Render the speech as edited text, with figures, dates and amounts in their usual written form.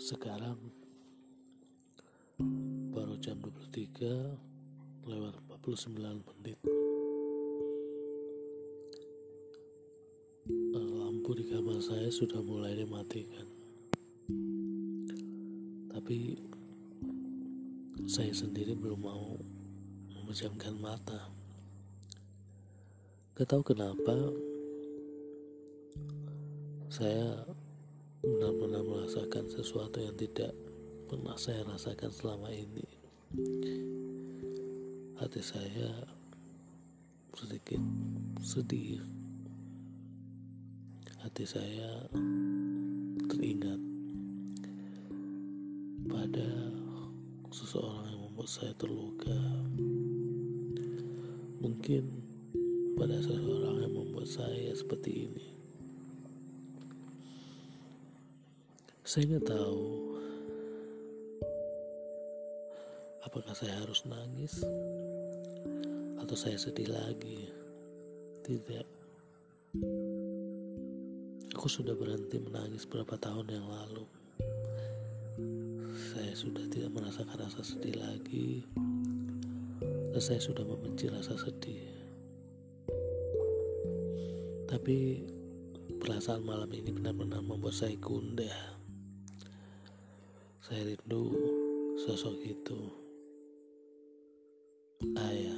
Sekarang baru jam 23 lewat 49 menit. Lampu di kamar saya sudah mulai dimatikan. Tapi saya sendiri belum mau memejamkan mata. Gak tahu kenapa saya benar-benar merasakan sesuatu yang tidak pernah saya rasakan selama ini. Hati saya sedikit sedih. Hati saya teringat pada seseorang yang membuat saya terluka. Mungkin pada seseorang yang membuat saya seperti ini. Saya nggak tahu apakah saya harus nangis atau saya sedih lagi. Tidak. Aku sudah berhenti menangis beberapa tahun yang lalu. Saya sudah tidak merasakan rasa sedih lagi, dan saya sudah membenci rasa sedih. Tapi perasaan malam ini benar-benar membuat saya gundah. Saya rindu sosok itu, ayah.